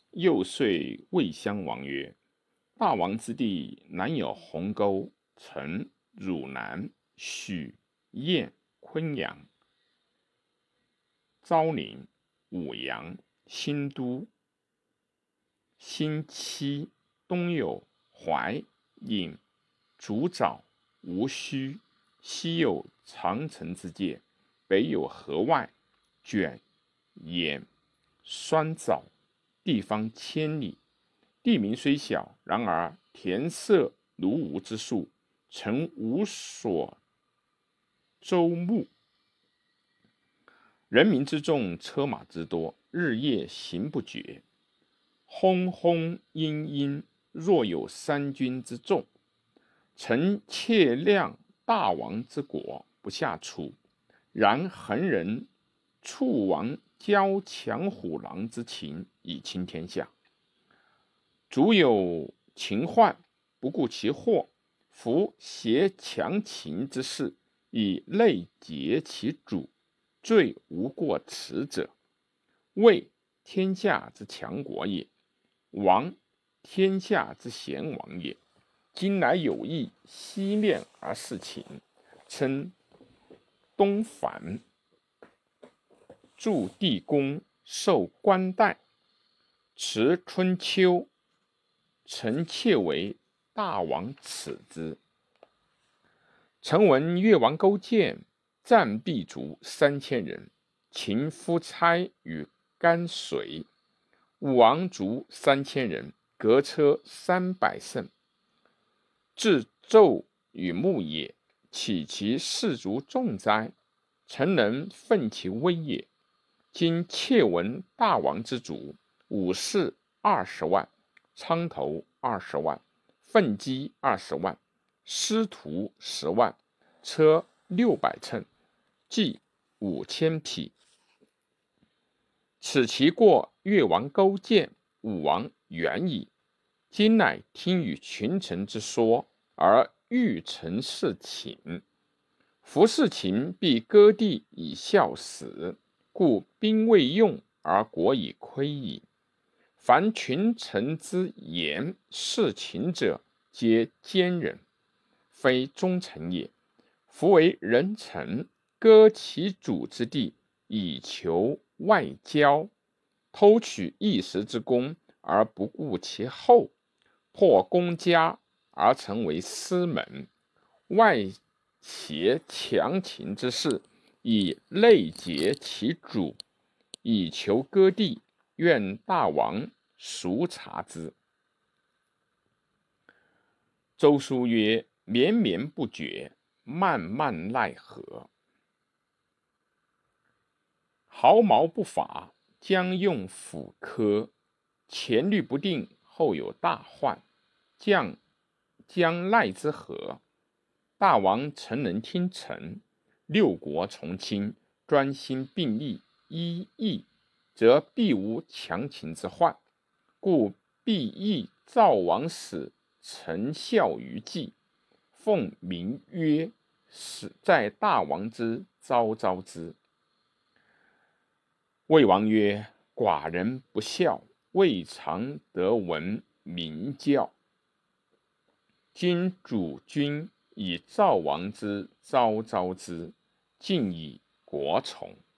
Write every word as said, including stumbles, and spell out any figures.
又遂魏襄王曰：大王之地，南有鸿沟、陈、汝南、许、燕、昆阳、昭陵、武阳、新都、新期，东有淮、郢、竹沼、吴须，西有长城之界，北有河外、卷、兖、酸枣，地方千里。地名虽小，然而田舍如吴之数，曾无所周牧。人民之众，车马之多，日夜行不绝。轰轰殷殷，若有三军之众。臣窃量大王之国，不下楚。然横人触王交强虎狼之情，以倾天下。主有秦患，不顾其祸；夫挟强秦之势，以内结其主，罪无过此者。魏天下之强国也，王天下之贤王也。今乃有意西面而事秦，称东反，筑地宫，受冠带，持春秋。臣妾为大王耻之。臣闻越王勾践战必卒三千人，秦夫差与甘遂，武王卒三千人，革车三百乘。至纣与牧也，岂其士卒众哉？臣能奋其威也。今窃闻大王之卒，武士二十万，苍头二十万，奋击二十万，师徒十万，车六百乘，骑五千匹。此其过越王勾践、武王远矣。今乃听与群臣之说，而欲臣事秦。夫事秦，必割地以效死，故兵未用而国已亏矣。凡群臣之言事秦者，皆奸人，非忠臣也。夫为人臣，割其主之地，以求外交，偷取一时之功，而不顾其后，破公家而成为私门，外挟强秦之势，以内结其主，以求割地。愿大王熟察之。周书曰：绵绵不绝，漫漫奈何。毫毛不法，将用斧刻。前虑不定，后有大患，将将奈之何？大王诚能听臣，六国从亲，专心并力，一义，则必无强秦之患。故必益赵王使臣效于计，奉名曰，使在大王之昭昭之。魏王曰：寡人不孝，未尝得闻明教。今主君以赵王之昭昭之，尽以国从。